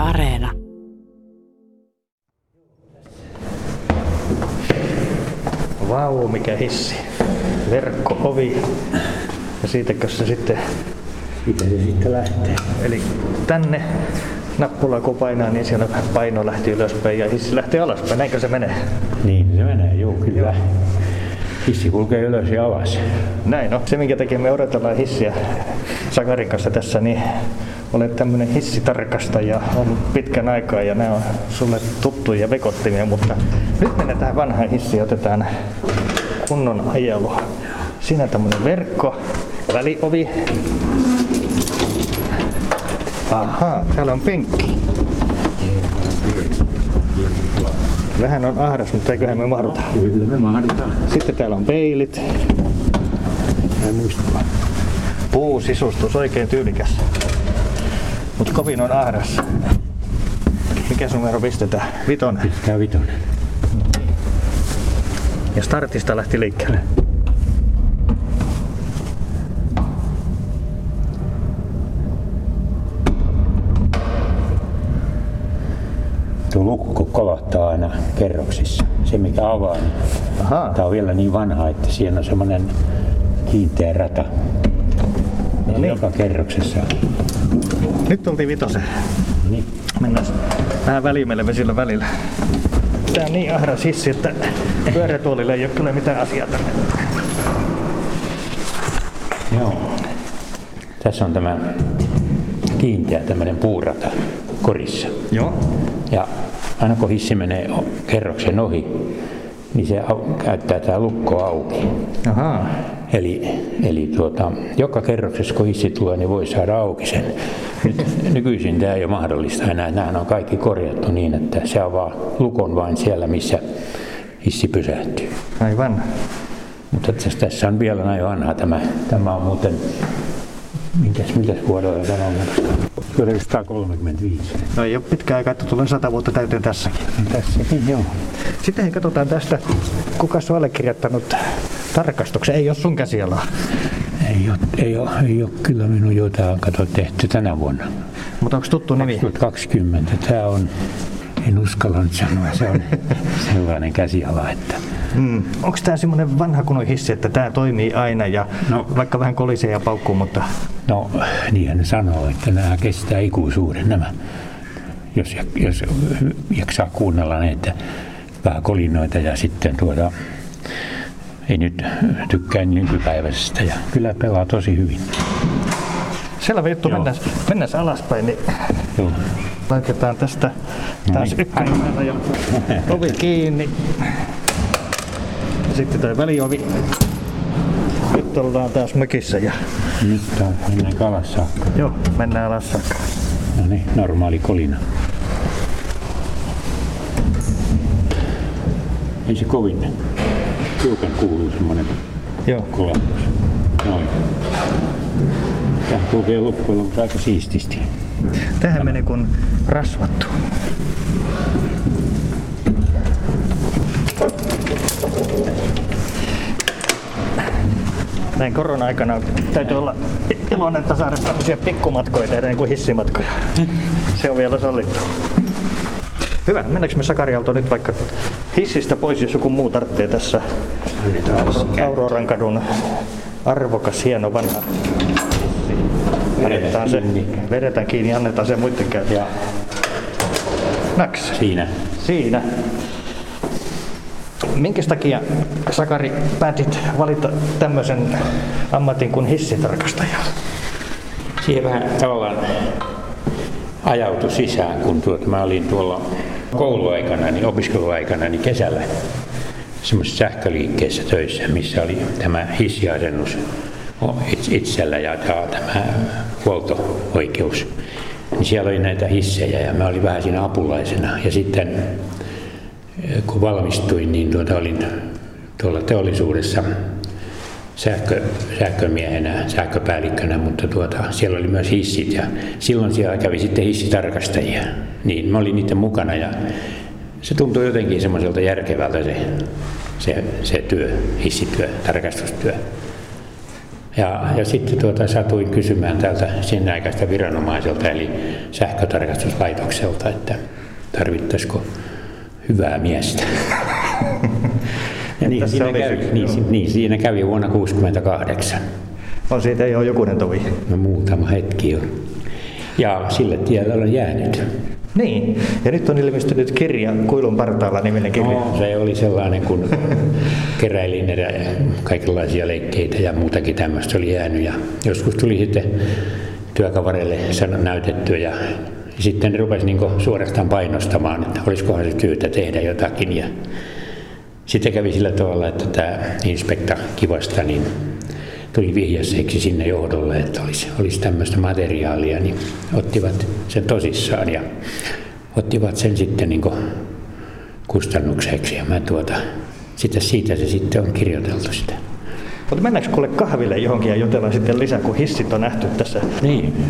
Areena. Vau, mikä hissi. Verkko-ovi. Ja siitäkö se sitten... Siitä se sitten lähtee. Eli tänne nappula kun painaa, niin siellä paino lähti ylöspäin ja hissi lähtee alaspäin. Näinkö se menee? Niin se menee, juu kyllä. Hissi kulkee ylös ja alas. Näin on. Se minkä takia me odotellaan hissiä Sakarin kanssa tässä, niin olet tämmönen hissitarkastaja ollut pitkän aikaa ja nämä on sulle tuttuja vekottimia, mutta nyt mennään tähän vanhaan hissiin ja otetaan kunnon ajelu. Siinä tämmönen verkko, väliovi. Ahaa, täällä on penkki. Vähän on ahdas, mutta eiköhän me mahduta. Kyllä me mahdutaan. Sitten täällä on peilit. Puusisustus, oikein tyylikäs. Mut kovin on ahdas. Mikäs numero pistetään? 5. Pistää 5. Ja startista lähti liikkeelle. Tuo lukko kolahtaa aina kerroksissa. Se mikä avaa, niin tää on vielä niin vanha, että siinä on semmonen kiinteä rata. No niin. Joka kerroksessa. Nyt tultiin 5. Niin. Mennään vähän välimeille sillä välillä. Tää on niin ahdas hissi, että pyörätuolille ei oo kyllä mitään asiaa tänne. Joo. Tässä on tämä kiinteä tämmönen puurata korissa. Joo. Ja aina kun hissi menee kerroksen ohi, niin se käyttää tää lukko auki. Ahaa. Eli joka kerroksessa kun hissi tulee, niin voi saada auki sen. Nyt, nykyisin tämä ei ole mahdollista enää. Nämä on kaikki korjattu niin, että se avaa lukon vain siellä, missä hissi pysähtyy. Aivan. Mutta tässä on vielä näin vanha tämä. Tämä on muuten, mitäs vuodella tämä on? 1935. No ei ole pitkä aika, että tulee 100 vuotta täyteen tässäkin. Tässäkin, joo. Sitten katsotaan tästä, kuka on allekirjoittanut tarkastuksen. Ei ole sun käsialaa. Ei ole kyllä minun jotain tehty tänä vuonna. Mutta onko tuttu nimi? 2020. Tämä on, en uskalla nyt sanoa, se on sellainen käsiala, että... Onko tämä semmoinen vanha kunnon hissi, että tämä toimii aina ja vaikka vähän kolisee ja paukkuu, mutta... No, niinhän ne sanoo, että nämä kestää ikuisuuden nämä. Jos jaksaa kuunnella näitä vähän kolinoita ja sitten ei nyt tykkää nykypäiväisestä ja kyllä pelaa tosi hyvin. Selvä juttu, mennään alaspäin, niin joo. Laitetaan tästä taas ykkönen päällä ja ovi kiinni. Ja sitten toi väliovi. Nyt ollaan taas mökissä ja... Nyt mennään alas saakka. Joo, mennään alas saakka. No niin, normaali kolina. Ei se kovin. Hiukan kuuluu semmoinen kolahtus. Noin. Tämä kulkee loppujen lopuksi aika siististi. Tähän menee kun rasvattu. Näin korona-aikana täytyy olla iloinen, että saada tämmöisiä pikkumatkoja tehdä niin kuin hissimatkoja. Se on vielä sallittu. Hyvä, mennäänkö me Sakarialta nyt vaikka hissistä pois, jos joku muu tarvitsee tässä Aurorankadun arvokas, hieno vanha hissi. Vedetään kiinni ja annetaan se muiden käyttää. Naks. Siinä. Minkä takia, Sakari, päätit valita tämmöisen ammatin kuin hissitarkastaja? Siihen vähän tavallaan ajautui sisään, kun mä olin tuolla kouluaikana, niin opiskeluaikana, niin kesällä semmoisessa sähköliikkeessä töissä, missä oli tämä hissiasennus itsellä ja tämä huolto-oikeus. Niin siellä oli näitä hissejä ja mä olin vähän siinä apulaisena. Ja sitten kun valmistuin, niin olin tuolla teollisuudessa sähkömiehenä, sähköpäällikkönä, mutta siellä oli myös hissit ja silloin siellä kävi sitten hissitarkastajia. Niin mä olin niiden mukana ja se tuntui jotenkin semmoiselta järkevältä se työ, hissityö, tarkastustyö. Ja sitten satuin kysymään täältä sen aikaista viranomaiselta, eli sähkötarkastuslaitokselta, että tarvittaisiko hyvää miestä. Ja siinä kävi vuonna 1968. On siitä jo jokunen tovi. No muutama hetki on. Ja sille tielle olen jäänyt. Niin, ja nyt on ilmestynyt kirja Kuilun partaalla -niminen kirja. No, se oli sellainen, kun keräilin kaikenlaisia leikkeitä ja muutakin tämmöistä oli jäänyt. Ja joskus tuli sitten työkavareille näytettyä ja sitten rupesin niin suorastaan painostamaan, että olisikohan se syytä tehdä jotakin. Ja sitten kävi sillä tavalla, että tämä inspekta Kivasta niin tuli vihjaiseksi sinne johdolle, että olisi tämmöistä materiaalia, niin ottivat sen tosissaan ja ottivat sen sitten niin kustannukseksi. Ja mä siitä se sitten on kirjoiteltu sitä. Mutta mennäänkö kuule kahville johonkin ja jutellaan sitten lisää, kun hissit on nähty tässä? Niin.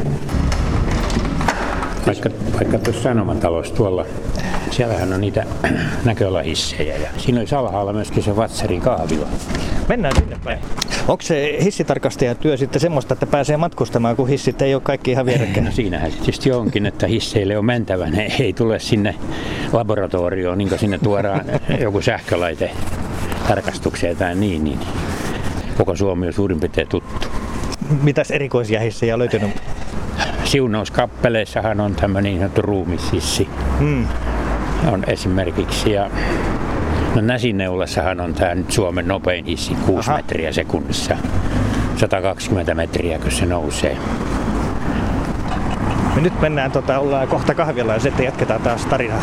Vaikka tuossa Sanomatalossa tuolla, siellähän on niitä näköalahissejä ja siinä olisi alhaalla myöskin se Vatserin kahvila. Mennään sinne päin. Onko se hissitarkastajan työ sitten semmoista, että pääsee matkustamaan, kun hissit ei ole kaikki ihan vierekkäin? No siinähän se tietysti onkin, että hisseille on mentävä. Ne ei tule sinne laboratorioon, niin kuin sinne tuodaan joku sähkölaite tarkastukseen tai niin. Koko Suomi on suurin piirtein tuttu. Mitäs erikoisia hissejä on löytynyt? Siunauskappaleissahan on tämmöinen niin sanottu ruumishissi. On esimerkiksi. Ja Näsineulassahan on tämä nyt Suomen nopein hissi, 6 metriä sekunnissa. 120 metriä, kun se nousee. Me nyt mennään, ollaan kohta kahvilla ja sitten jatketaan taas tarinaa.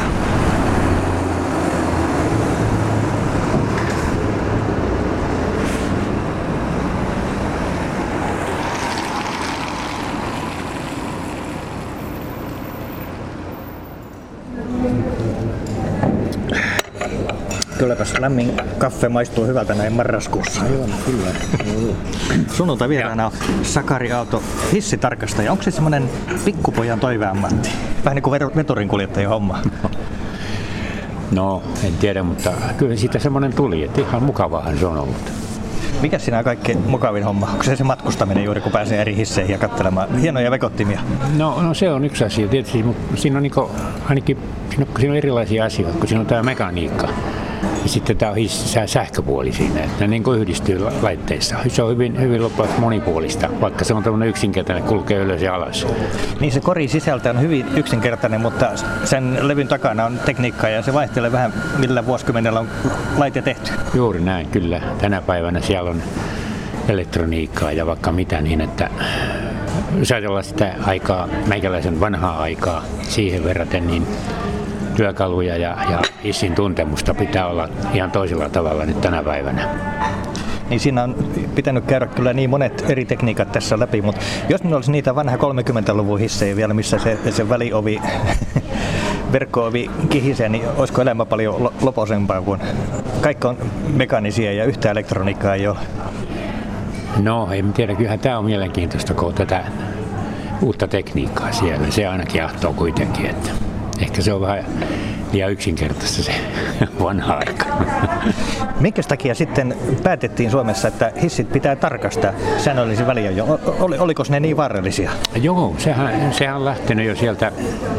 Kylläpäs lämmin kaffe maistuu hyvältä näin marraskuussa. Aivan, kyllä. Sunnuntai vieraana on Sakari Aalto, hissitarkastaja. Onko se semmoinen pikkupojan toiveammatti? Vähän niin kuin veturinkuljettajan homma. No, en tiedä, mutta kyllä siitä semmoinen tuli, että ihan mukavahan se on ollut. Mikä siinä on kaikkein mukavin homma? Onko se matkustaminen juuri, kun pääsee eri hisseihin ja katselemaan hienoja vekottimia? No se on yksi asia tietysti, mutta siinä on ainakin siinä on erilaisia asioita, kun siinä on tämä mekaniikka. Ja sitten tämä on sähköpuoli siinä, että ne niin yhdistyy laitteissa. Se on hyvin loppujen monipuolista, vaikka se on tämmöinen yksinkertainen, kulkee ylös ja alas. Niin se korin sisältö on hyvin yksinkertainen, mutta sen levyn takana on tekniikkaa ja se vaihtelee vähän, millä vuosikymmenellä on laite tehty. Juuri näin, kyllä. Tänä päivänä siellä on elektroniikkaa ja vaikka mitä niin, että jos ajatellaan sitä aikaa, meikäläisen vanhaa aikaa siihen verraten, niin työkaluja ja hissin tuntemusta pitää olla ihan toisella tavalla nyt tänä päivänä. Niin siinä on pitänyt käydä kyllä niin monet eri tekniikat tässä läpi, mutta jos minulla olisi niitä vanha 30-luvun hissejä vielä, missä se väliovi, verkko-ovi kihisee, niin olisiko elämä paljon loposempaa, kun kaikki on mekaanisia ja yhtä elektroniikkaa ei ole? No, en tiedä, kyllähän tämä on mielenkiintoista, kun tätä uutta tekniikkaa siellä. Se ainakin ahtoo kuitenkin, että ehkä se on vähän liian yksinkertaista se vanha aika. Minkä takia sitten päätettiin Suomessa, että hissit pitää tarkastaa säännöllisin väliin? Oliko ne niin vaarallisia? Joo, sehän on lähtenyt jo sieltä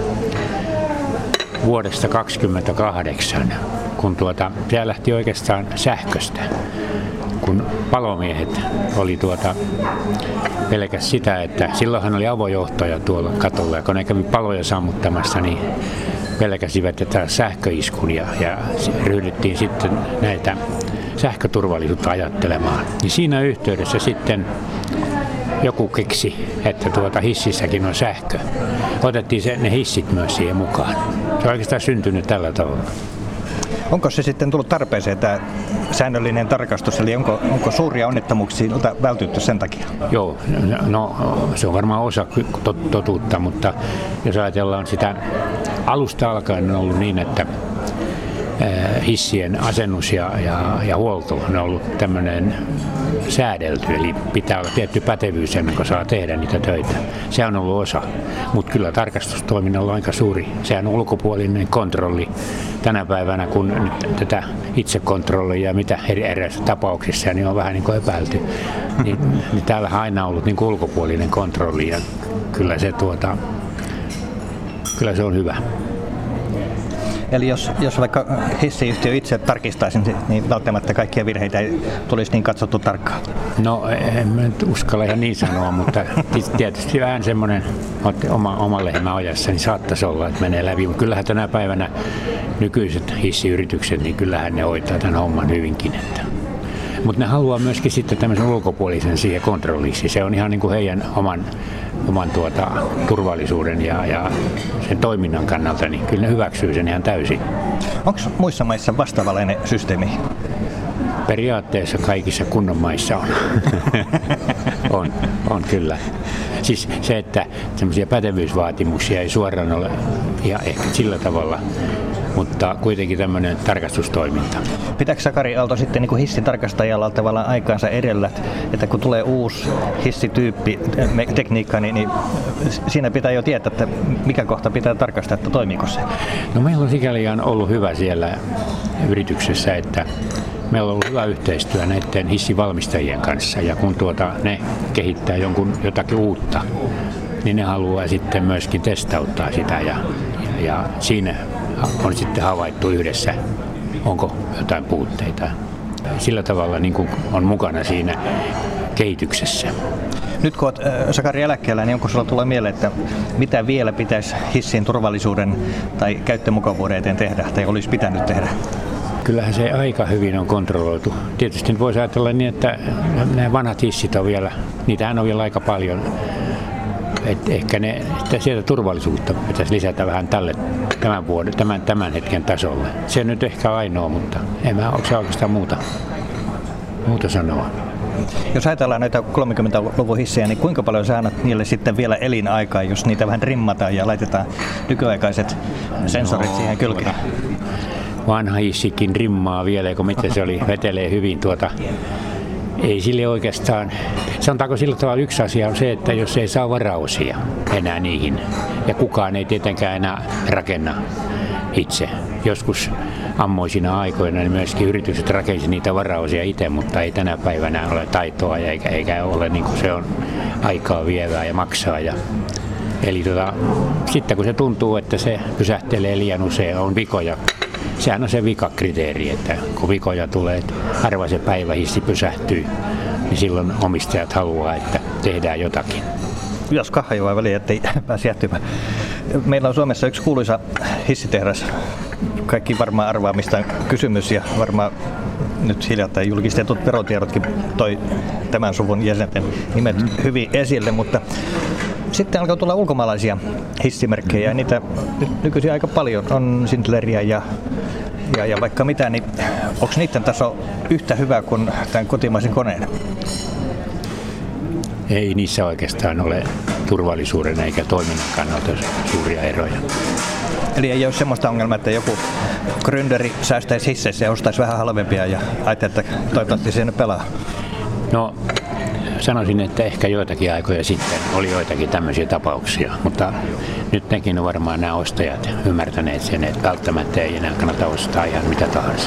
vuodesta 1928, kun tämä lähti oikeastaan sähköstä. Kun palomiehet oli pelkäs sitä, että silloinhan oli avojohtoja tuolla katolla ja kun ne kävi paloja sammuttamassa, niin pelkäsivät tätä sähköiskun ja ryhdyttiin sitten näitä sähköturvallisuutta ajattelemaan. Ja siinä yhteydessä sitten joku keksi, että hississäkin on sähkö. Otettiin ne hissit myös siihen mukaan. Se on oikeastaan syntynyt tällä tavalla. Onko se sitten tullut tarpeeseen tämä säännöllinen tarkastus, eli onko suuria onnettomuuksia vältytty sen takia? Joo, no se on varmaan osa totuutta, mutta jos ajatellaan sitä alusta alkaen on ollut niin, että hissien asennus ja huolto on ollut tämmöinen säädelty, eli pitää olla tietty pätevyys ennen kuin saa tehdä niitä töitä. Se on ollut osa, mutta kyllä tarkastustoiminnalla on aika suuri. Sehän on ulkopuolinen kontrolli tänä päivänä, kun nyt tätä itsekontrollia ja mitä eräissä tapauksissa niin on vähän niin kuin epäilty, niin täällähän on aina ollut niin kuin ulkopuolinen kontrolli ja kyllä se on hyvä. Eli jos vaikka hissiyhtiö itse tarkistaisi, niin välttämättä kaikkia virheitä ei tulisi niin katsottu tarkkaan. No en mä nyt uskalla ihan niin sanoa, mutta tietysti vähän semmoinen oma lehmä ojassa, niin saattaisi olla, että menee läpi. Mutta kyllähän tänä päivänä nykyiset hissiyritykset, niin kyllähän ne hoitaa tämän homman hyvinkin. Mutta ne haluaa myöskin sitten tämmöisen ulkopuolisen siihen kontrolliksi. Se on ihan niin kuin heidän oman turvallisuuden ja sen toiminnan kannalta, niin kyllä ne hyväksyy sen ihan täysin. Onko muissa maissa vastaavallainen systeemi? Periaatteessa kaikissa kunnon maissa on. on kyllä. Siis se, että semmoisia pätevyysvaatimuksia ei suoraan ole ja ehkä sillä tavalla, mutta kuitenkin tämmöinen tarkastustoiminta. Pitääkö Sakari Aalto sitten niin hissitarkastajalla olla tavallaan aikaansa edellä, että kun tulee uusi hissityyppi, tekniikka, niin siinä pitää jo tietää, että mikä kohta pitää tarkastaa, että toimiiko se? No meillä on sikäli ollut hyvä siellä yrityksessä, että meillä on ollut hyvä yhteistyö näiden hissivalmistajien kanssa ja kun ne kehittää jotakin uutta, niin ne haluaa sitten myöskin testauttaa sitä ja siinä on sitten havaittu yhdessä, onko jotain puutteita. Sillä tavalla niin kuin on mukana siinä kehityksessä. Nyt kun olet Sakari eläkkeellä, niin onko sinulla tulee mieleen, että mitä vielä pitäisi hissin turvallisuuden tai käyttömukavuuden eteen tehdä tai olisi pitänyt tehdä? Kyllähän se aika hyvin on kontrolloitu. Tietysti voisi ajatella niin, että nämä vanhat hissit on vielä, niitähän on vielä aika paljon. Ehkä sieltä turvallisuutta pitäisi lisätä vähän tämän hetken tasolle. Se on nyt ehkä ainoa, mutta en mä osaa oikeastaan muuta sanoa. Jos ajatellaan näitä 30-luvun hissejä, niin kuinka paljon sä annat niille sitten vielä elinaikaa, jos niitä vähän rimmataan ja laitetaan nykyaikaiset sensorit siihen kylkeen? Vanha hissikin rimmaa vielä, kun miten se oli, vetelee hyvin ei sille oikeastaan, sanotaanko sillä tavalla yksi asia on se, että jos ei saa varaosia enää niihin ja kukaan ei tietenkään enää rakenna itse. Joskus ammoisina aikoina niin myöskin yritykset rakensi niitä varaosia itse, mutta ei tänä päivänä ole taitoa eikä ole niin kuin se on aikaa vievää ja maksaa. Eli sitten kun se tuntuu, että se pysähtelee liian usein, on vikoja. Sehän on se vikakriteeri, että kun vikoja tulee, että harva se päivähissi pysähtyy, niin silloin omistajat haluaa, että tehdään jotakin. Jos kahjoa väliin, ettei pääse jähtymään. Meillä on Suomessa yksi kuuluisa hissitehdas. Kaikki varmaan arvaa, mistä on kysymys ja varmaan nyt hiljattain julkistetut verotiedotkin toi tämän suvun jäsenten nimet hyvin esille, mutta sitten alkaa tulla ulkomaalaisia hissimerkkejä ja niitä nykyisin aika paljon on Schindleria ja vaikka mitä, niin onko niiden taso yhtä hyvä kuin tämän kotimaisen koneen? Ei niissä oikeastaan ole turvallisuuden eikä toiminnan kannalta suuria eroja. Eli ei ole semmoista ongelmaa, että joku gründeri säästäisi hisseissä ja ostaisi vähän halvempia ja ajattelee, että toivottavasti se pelaa? No, sanoisin, että ehkä joitakin aikoja sitten oli joitakin tämmöisiä tapauksia, mutta nyt nekin on varmaan nämä ostajat ymmärtäneet sen, että välttämättä ei enää kannata ostaa ihan mitä tahansa.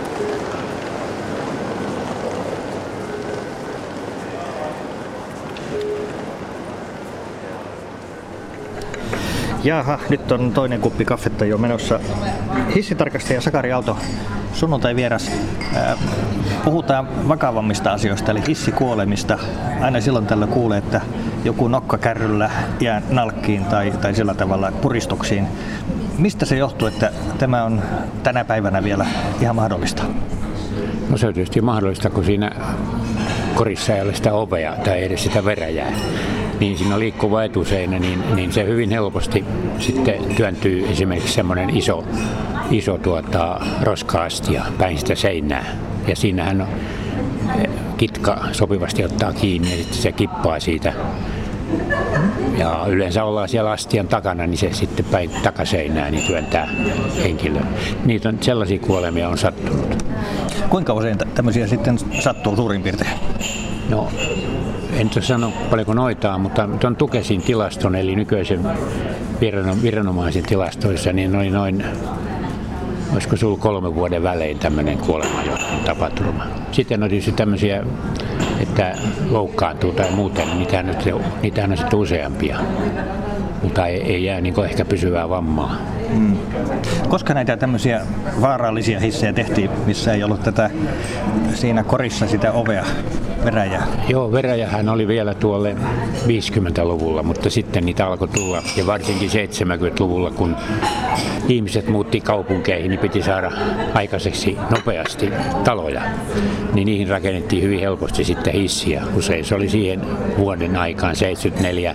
Jaha, nyt on toinen kuppi kaffetta jo menossa. Hissitarkastaja Sakari Aalto, sunnuntai vieras. Puhutaan vakavammista asioista, eli hissikuolemista. Aina silloin tällä kuulee, että joku nokkakärryllä jää nalkkiin tai sillä tavalla puristuksiin. Mistä se johtuu, että tämä on tänä päivänä vielä ihan mahdollista? No se on tietysti mahdollista, kun siinä korissa ei ole sitä ovea tai edes sitä veräjää. Niin siinä on liikkuva etuseinä, niin se hyvin helposti sitten työntyy esimerkiksi semmoinen iso roska-astia päin sitä seinää. Ja siinähän on kitka sopivasti ottaa kiinni ja sitten se kippaa siitä Ja yleensä ollaan siellä astian takana, niin se sitten päin takaseinää niin työntää henkilö. Niitä on, sellaisia kuolemia on sattunut. Kuinka usein tämmöisiä sitten sattuu suurin piirtein? No, en sano paljonko noitaa, mutta tuon Tukesin tilaston, eli nykyisen viranomaisen tilastoissa, niin noin olisiko se ollut 3 vuoden välein tämmöinen kuolemanjohtainen tapaturma. Sitten on tietysti tämmöisiä, että loukkaantuu tai muuten, niin niitähän on sitten useampia, mutta ei jää niin ehkä pysyvää vammaa. Koska näitä tämmöisiä vaarallisia hissejä tehtiin, missä ei ollut siinä korissa sitä ovea, veräjää? Joo, veräjähän oli vielä tuolle 50-luvulla, mutta sitten niitä alkoi tulla. Ja varsinkin 70-luvulla, kun ihmiset muutti kaupunkeihin, niin piti saada aikaiseksi nopeasti taloja. Niin niihin rakennettiin hyvin helposti sitten hissiä. Usein se oli siihen vuoden aikaan 74.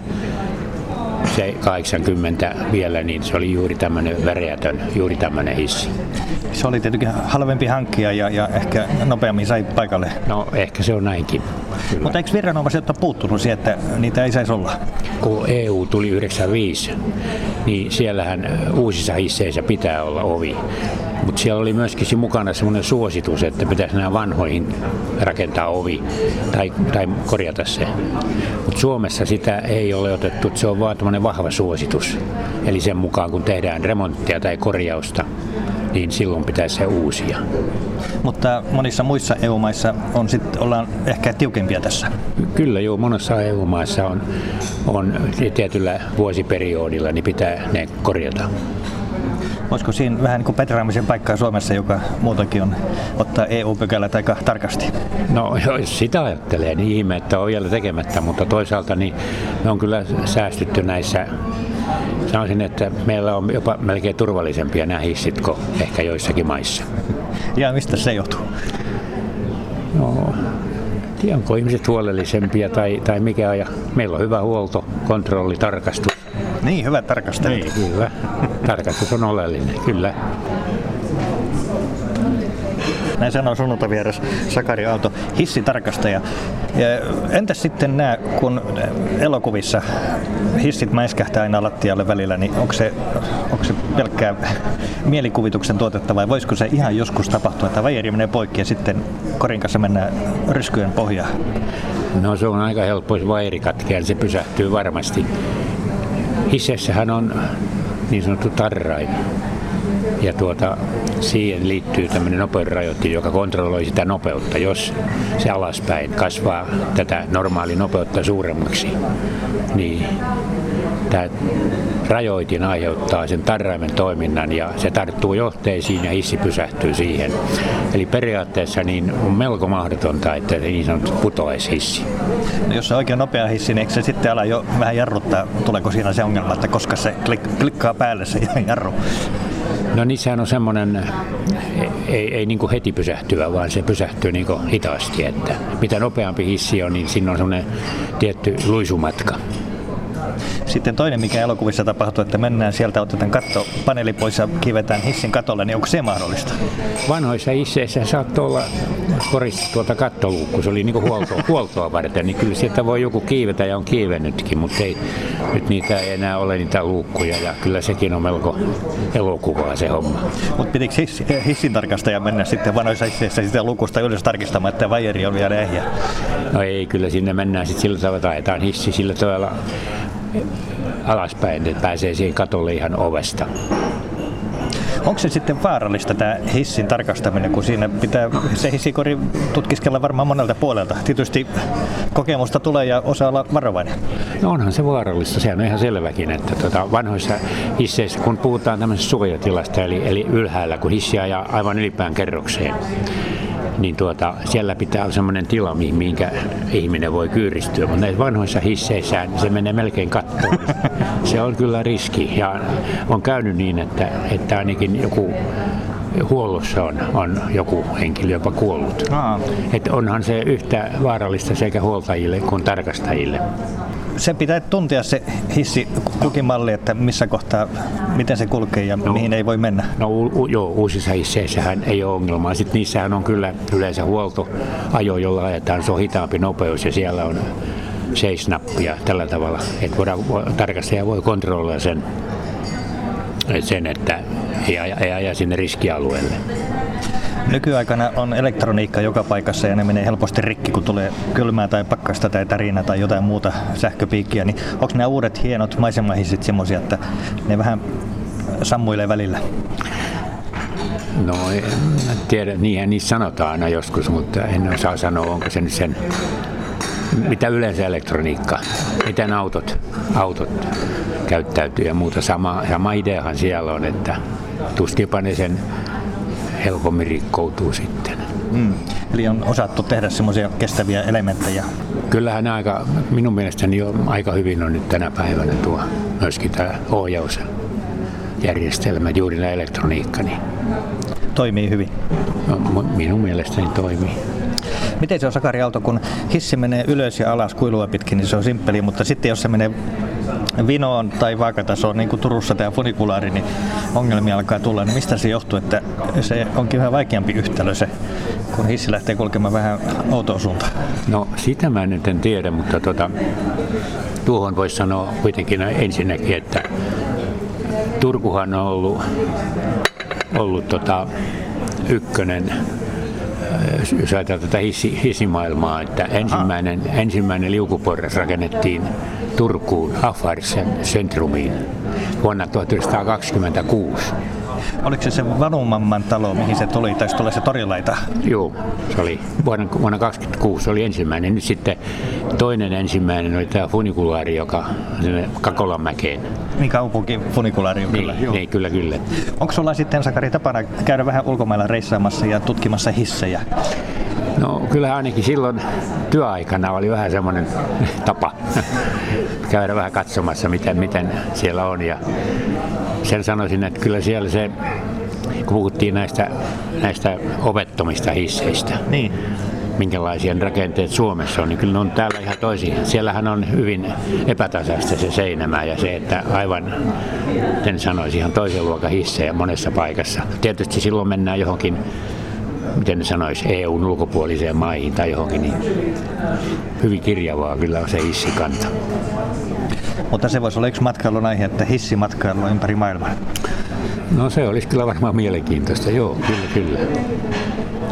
Se 80 vielä, niin se oli juuri tämmöinen väreätön, juuri tämmöinen hissi. Se oli tietenkin halvempi hankkia ja ehkä nopeammin sai paikalle. No ehkä se on näinkin. Kyllä. Mutta eikö viranomaiset ole puuttunut siihen, että niitä ei saisi olla? Kun EU tuli 95, niin siellähän uusissa hisseissä pitää olla ovi. Mutta siellä oli myöskin mukana semmoinen suositus, että pitäisi nämä vanhoihin rakentaa ovi tai korjata se. Mutta Suomessa sitä ei ole otettu, se on vaan tämmöinen vahva suositus. Eli sen mukaan kun tehdään remonttia tai korjausta, niin silloin pitäisi se uusia. Mutta monissa muissa EU-maissa ollaan ehkä tiukempia tässä. Kyllä joo, monessa EU-maissa on tietyllä vuosiperiodilla, niin pitää ne korjata. Olisiko siinä vähän niin kuin petraamisen paikkaa Suomessa, joka muutenkin on ottaa EU-pykälät aika tarkasti? No jos sitä ajattelee, niin ihme, että on vielä tekemättä, mutta toisaalta niin me on kyllä säästytty näissä. Sanoisin, että meillä on jopa melkein turvallisempia nämä hissit kuin ehkä joissakin maissa. Ja mistä se johtuu? No, onko ihmiset huolellisempia tai mikä, ja meillä on hyvä huolto, kontrolli, tarkastus. Niin, hyvä tarkastelu. Niin, kyllä. Tarkastus on oleellinen, kyllä. Näin sanoo sunnuntaivieras Sakari Aalto, hissitarkastaja. Entäs sitten nämä, kun elokuvissa hissit mäiskähtää aina lattialle välillä, niin onko se pelkkää mielikuvituksen tuotetta vai voisiko se ihan joskus tapahtua, että vajeri menee poikki ja sitten korin kanssa mennään ryskyjen pohjaan? No se on aika helppo, jos vajeri katkeaa, niin se pysähtyy varmasti. Hissessähän on niin sanottu tarrain. Ja siihen liittyy tämmöinen nopeusrajoitin, joka kontrolloi sitä nopeutta. Jos se alaspäin kasvaa tätä normaalia nopeutta suuremmaksi, niin tämä rajoitin aiheuttaa sen tarraimen toiminnan ja se tarttuu johteisiin ja hissi pysähtyy siihen. Eli periaatteessa niin on melko mahdotonta, että niin sanottu putoaisi hissi. No jos se on oikein nopea hissi, niin eikö se sitten ala jo vähän jarruttaa? Tuleeko siinä se ongelma, että koska se klikkaa päälle se jarru? No niissähän on semmoinen, ei niin kuin heti pysähtyvä, vaan se pysähtyy niin kuin hitaasti. Että mitä nopeampi hissi on, niin siinä on semmoinen tietty luisumatka. Sitten toinen, mikä elokuvissa tapahtuu, että mennään sieltä, otetaan kattopaneeli pois ja kivetään hissin katolle, niin onko se mahdollista? Vanhoissa hisseissä saattoi olla korista kattoluukku, se oli niin kuin huoltoa varten, niin kyllä sieltä voi joku kiivetä ja on kiivennytkin, mutta nyt niitä ei enää ole niitä luukkuja ja kyllä sekin on melko elokuvaa se homma. Mutta pitikö hissin tarkastaja mennä sitten vanhoissa hisseissä sitä lukusta ylös tarkistamaan, että vajeri on vielä ehjä? No ei, kyllä sinne mennään sitten sillä tavalla, että ajetaan hissi sillä tavalla alaspäin, että pääsee siihen katolle ihan ovesta. Onko se sitten vaarallista tämä hissin tarkastaminen, kun siinä pitää se hissikori tutkiskella varmaan monelta puolelta? Tietysti kokemusta tulee ja osaa olla varovainen. No onhan se vaarallista, sehän on ihan selväkin, että vanhoissa hisseissä, kun puhutaan tämmöisestä suojatilasta, eli ylhäällä, kun hissi ajaa aivan ylipään kerrokseen, niin siellä pitää olla semmoinen tila, mihinkä ihminen voi kyyristyä, mutta näissä vanhoissa hisseissä niin se menee melkein kattoon. Se on kyllä riski ja on käynyt niin, että ainakin joku huollossa on joku henkilö jopa kuollut. Että onhan se yhtä vaarallista sekä huoltajille kuin tarkastajille. Se pitää tuntea se hissi kukin malli, että missä kohtaa, miten se kulkee ja mihin ei voi mennä. No joo, uusissa hisseissähän ei ole ongelmaa. Sitten niissähän on kyllä yleensä huoltoajo, jolla ajetaan, se on hitaampi nopeus ja siellä on chase-nappia tällä tavalla, että tarkastaja voi kontrolloida sen, että ei aja sinne riskialueelle. Nykyaikana on elektroniikka joka paikassa ja ne menee helposti rikki, kun tulee kylmää tai pakkasta tai tärinä tai jotain muuta sähköpiikkiä. Niin onko nämä uudet hienot maisemahissit semmoisia, että ne vähän sammuilee välillä? No en tiedä, niinhän niissä sanotaan aina joskus, mutta en osaa sanoa, onko se nyt sen, mitä yleensä elektroniikka, miten autot käyttäytyy ja muuta. Sama ideahan siellä on, että tuskinpa ne sen helpommin rikkoutuu sitten. Eli on osattu tehdä semmoisia kestäviä elementtejä. Kyllähän minun mielestäni aika hyvin on nyt tänä päivänä tuo myöskin tämä ohjausjärjestelmä, juuri tämä elektroniikka. Niin toimii hyvin. No, minun mielestäni toimii. Miten se on, Sakari Aalto, kun hissi menee ylös ja alas kuilua pitkin, niin se on simppeli, mutta sitten jos se menee vinoon tai vaakatasoon, niin kuin Turussa tämä funikulaari, niin ongelmia alkaa tulla. Niin mistä se johtuu, että se onkin vähän vaikeampi yhtälö se, kun hissi lähtee kulkemaan vähän outoon suuntaan? No sitä mä nyt en tiedä, mutta tuohon voisi sanoa kuitenkin ensinnäkin, että Turkuhan on ollut ykkönen, jos ajatellaan tätä hissimaailmaa, että ensimmäinen liukuporras rakennettiin Turkuun Affarisen centrumiin vuonna 1926. Oliko se Vanumamman talo, mihin se tuli, tai se torilaita? Joo, se oli vuonna 1926 oli ensimmäinen. Nyt sitten toinen ensimmäinen oli tämä funikulaari, joka Kakolanmäkeen. Niin kaupunki funikulaari on kyllä. Niin, kyllä. Onko sulla sitten, Sakari, tapana käydä vähän ulkomailla reissaamassa ja tutkimassa hissejä? No kyllä ainakin silloin työaikana oli vähän semmoinen tapa käydä vähän katsomassa, miten siellä on. Ja sen sanoisin, että kyllä siellä se, kun puhuttiin näistä ovettomista hisseistä, niin minkälaisia rakenteet Suomessa on, niin kyllä ne on täällä ihan toisin. Siellähän on hyvin epätasaista se seinämä ja se, että aivan, en sanoisi, ihan toisen luokan hissejä monessa paikassa. Tietysti silloin mennään johonkin, miten ne sanoisi, EUn ulkopuoliseen maihin tai johonkin, niin hyvin kirjavaa kyllä on se hissikanta. Mutta se voisi olla yksi matkailun aihe, että hissimatkailu ympäri maailmaa. No se olisi kyllä varmaan mielenkiintoista, joo, kyllä.